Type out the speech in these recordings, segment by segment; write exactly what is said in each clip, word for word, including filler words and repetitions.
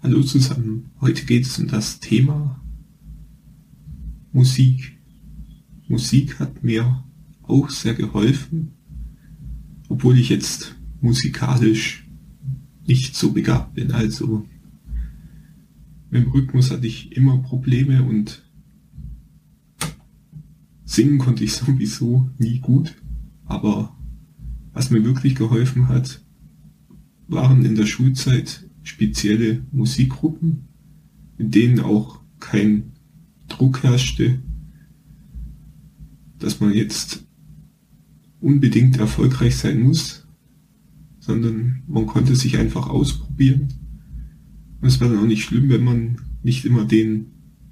Hallo zusammen, heute geht es um das Thema Musik. Musik hat mir auch sehr geholfen, obwohl ich jetzt musikalisch nicht so begabt bin. Also mit dem Rhythmus hatte ich immer Probleme und singen konnte ich sowieso nie gut. Aber was mir wirklich geholfen hat, waren in der Schulzeit spezielle Musikgruppen, in denen auch kein Druck herrschte, dass man jetzt unbedingt erfolgreich sein muss, sondern man konnte sich einfach ausprobieren. Und es war dann auch nicht schlimm, wenn man nicht immer den,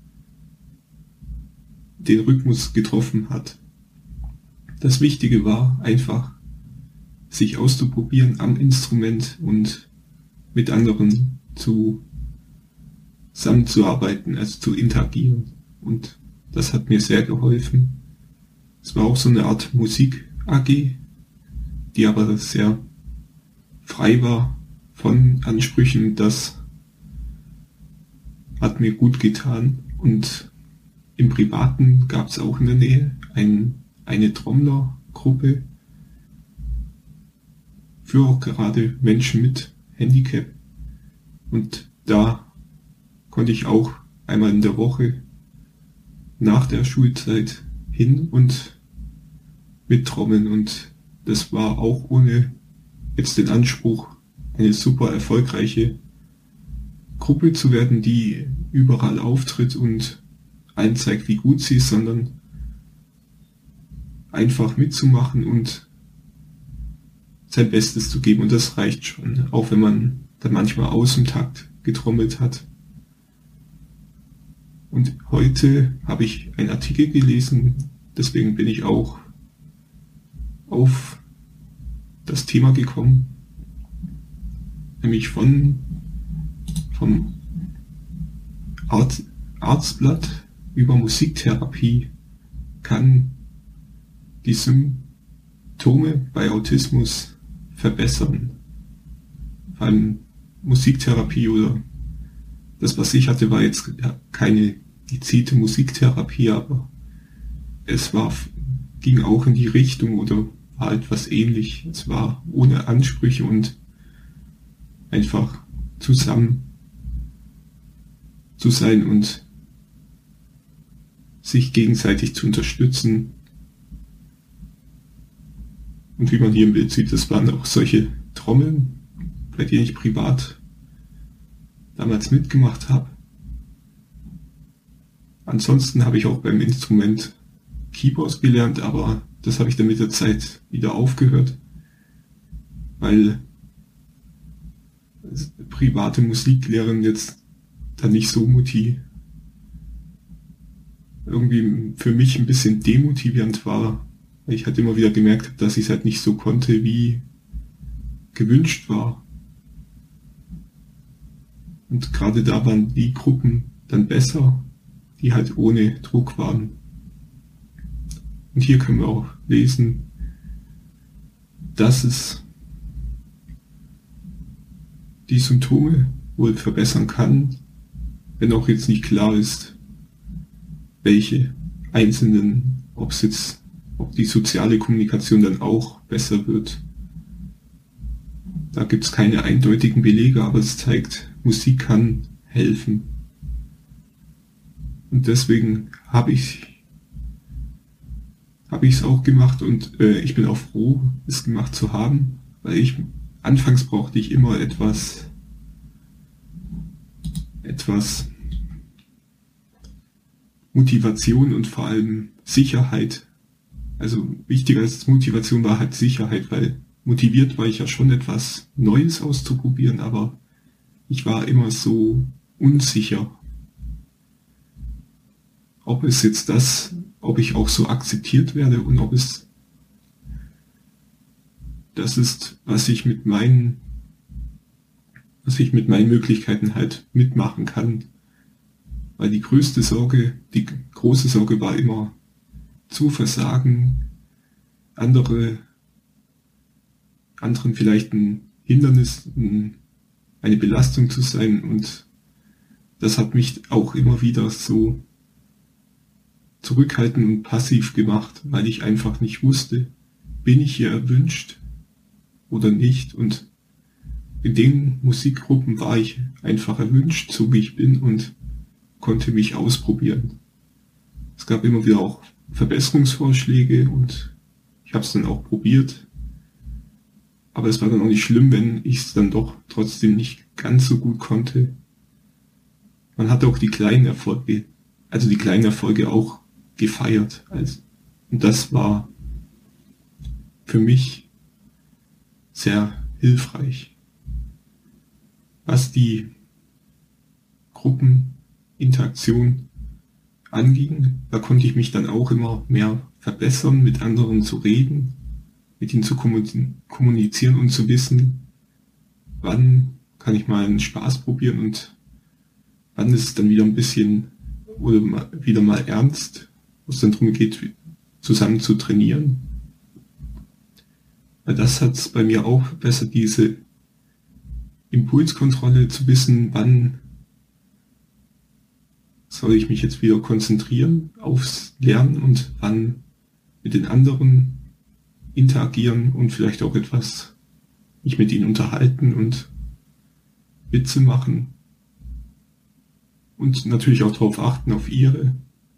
den Rhythmus getroffen hat. Das Wichtige war einfach, sich auszuprobieren am Instrument und mit anderen zu zusammenzuarbeiten, also zu interagieren. Und das hat mir sehr geholfen. Es war auch so eine Art Musik-A G, die aber sehr frei war von Ansprüchen. Das hat mir gut getan. Und im Privaten gab es auch in der Nähe ein, eine Trommlergruppe für auch gerade Menschen mit Handicap. Und da konnte ich auch einmal in der Woche nach der Schulzeit hin und mittrommeln. Und das war auch ohne jetzt den Anspruch, eine super erfolgreiche Gruppe zu werden, die überall auftritt und allen zeigt, wie gut sie ist, sondern einfach mitzumachen und sein Bestes zu geben. Und das reicht schon, auch wenn man dann manchmal aus dem Takt getrommelt hat. Und heute habe ich einen Artikel gelesen, deswegen bin ich auch auf das Thema gekommen, nämlich von vom Arzt, Arztblatt über Musiktherapie kann die Symptome bei Autismus verbessern. Vor allem Musiktherapie oder das, was ich hatte, war jetzt keine gezielte Musiktherapie, aber es war, ging auch in die Richtung oder war etwas ähnlich. Es war ohne Ansprüche und einfach zusammen zu sein und sich gegenseitig zu unterstützen. Und wie man hier im Bild sieht, das waren auch solche Trommeln, bei denen ich privat damals mitgemacht habe. Ansonsten habe ich auch beim Instrument Keyboard gelernt, aber das habe ich dann mit der Zeit wieder aufgehört, weil private Musiklehren jetzt dann nicht so motiv irgendwie für mich ein bisschen demotivierend war, weil ich halt immer wieder gemerkt habe, dass ich es halt nicht so konnte, wie gewünscht war. Und gerade da waren die Gruppen dann besser, die halt ohne Druck waren. Und hier können wir auch lesen, dass es die Symptome wohl verbessern kann, wenn auch jetzt nicht klar ist, welche einzelnen, ob es jetzt, ob die soziale Kommunikation dann auch besser wird. Da gibt es keine eindeutigen Belege, aber es zeigt, Musik kann helfen. Und deswegen habe ich habe ich es auch gemacht und äh, ich bin auch froh, es gemacht zu haben, weil ich anfangs brauchte ich immer etwas etwas Motivation und vor allem Sicherheit. Also wichtiger als Motivation war halt Sicherheit, weil motiviert war ich ja schon, etwas Neues auszuprobieren, aber ich war immer so unsicher, ob es jetzt das, ob ich auch so akzeptiert werde und ob es das ist, was ich mit meinen, was ich mit meinen Möglichkeiten halt mitmachen kann. Weil die größte Sorge, die große Sorge war immer zu versagen, andere, anderen vielleicht ein Hindernis, ein eine Belastung zu sein und das hat mich auch immer wieder so zurückhaltend und passiv gemacht, weil ich einfach nicht wusste, bin ich hier erwünscht oder nicht. Und in den Musikgruppen war ich einfach erwünscht, so wie ich bin, und konnte mich ausprobieren. Es gab immer wieder auch Verbesserungsvorschläge und ich habe es dann auch probiert. Aber es war dann auch nicht schlimm, wenn ich es dann doch trotzdem nicht ganz so gut konnte. Man hat auch die kleinen Erfolge, also die kleinen Erfolge auch gefeiert. Also, und das war für mich sehr hilfreich. Was die Gruppeninteraktion anging, da konnte ich mich dann auch immer mehr verbessern, mit anderen zu reden, mit ihnen zu kommunizieren und zu wissen, wann kann ich mal einen Spaß probieren und wann ist es dann wieder ein bisschen oder mal, wieder mal ernst, wo es dann darum geht, zusammen zu trainieren. Weil das hat es bei mir auch verbessert, diese Impulskontrolle, zu wissen, wann soll ich mich jetzt wieder konzentrieren aufs Lernen und wann mit den anderen interagieren und vielleicht auch etwas mich mit ihnen unterhalten und Witze machen. Und natürlich auch darauf achten, auf ihre,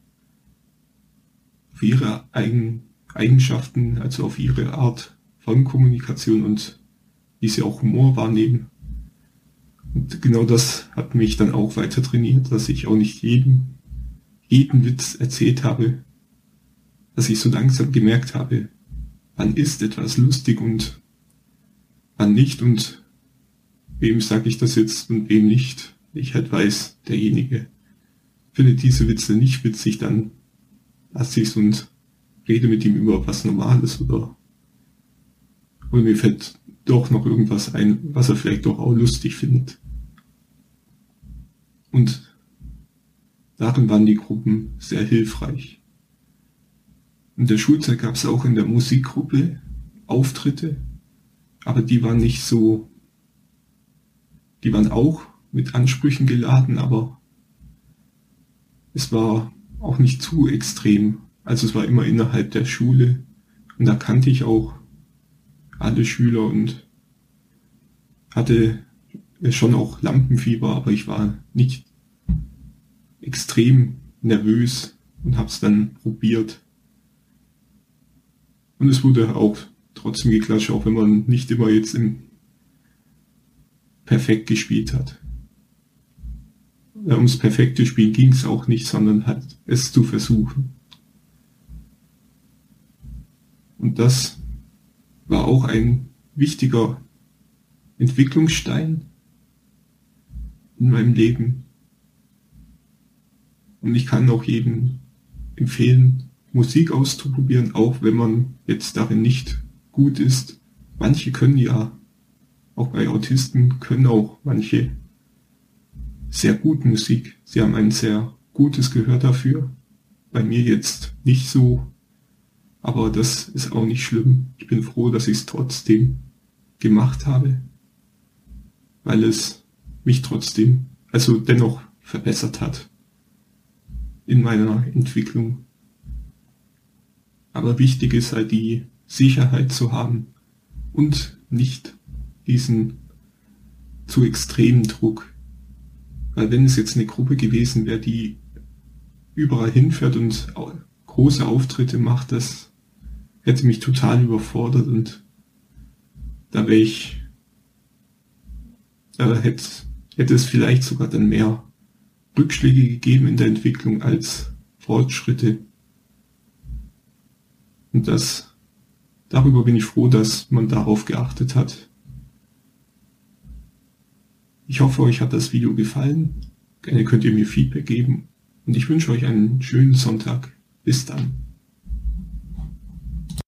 auf ihre Eigen, Eigenschaften, also auf ihre Art von Kommunikation und wie sie auch Humor wahrnehmen. Und genau das hat mich dann auch weiter trainiert, dass ich auch nicht jeden, jeden Witz erzählt habe, dass ich so langsam gemerkt habe, wann ist etwas lustig und wann nicht und wem sage ich das jetzt und wem nicht. Ich halt weiß, derjenige findet diese Witze nicht witzig, dann lasse ich's und rede mit ihm über was Normales oder, oder mir fällt doch noch irgendwas ein, was er vielleicht doch auch lustig findet. Und darin waren die Gruppen sehr hilfreich. In der Schulzeit gab es auch in der Musikgruppe Auftritte, aber die waren nicht so, die waren auch mit Ansprüchen geladen, aber es war auch nicht zu extrem. Also es war immer innerhalb der Schule und da kannte ich auch alle Schüler und hatte schon auch Lampenfieber, aber ich war nicht extrem nervös und habe es dann probiert. Und es wurde auch trotzdem geklatscht, auch wenn man nicht immer jetzt im perfekt gespielt hat. Ja, ums perfekte Spiel ging es auch nicht, sondern halt es zu versuchen. Und das war auch ein wichtiger Entwicklungsstein in meinem Leben. Und ich kann auch jedem empfehlen, Musik auszuprobieren, auch wenn man jetzt darin nicht gut ist. Manche können ja, auch bei Autisten können auch manche sehr gut Musik. Sie haben ein sehr gutes Gehör dafür. Bei mir jetzt nicht so, aber das ist auch nicht schlimm. Ich bin froh, dass ich es trotzdem gemacht habe, weil es mich trotzdem, also dennoch verbessert hat in meiner Entwicklung. Aber wichtig ist halt die Sicherheit zu haben und nicht diesen zu extremen Druck. Weil wenn es jetzt eine Gruppe gewesen wäre, die überall hinfährt und große Auftritte macht, das hätte mich total überfordert und da wäre ich, da hätte, hätte es vielleicht sogar dann mehr Rückschläge gegeben in der Entwicklung als Fortschritte. Und das, darüber bin ich froh, dass man darauf geachtet hat. Ich hoffe, euch hat das Video gefallen. Gerne könnt ihr mir Feedback geben. Und ich wünsche euch einen schönen Sonntag. Bis dann.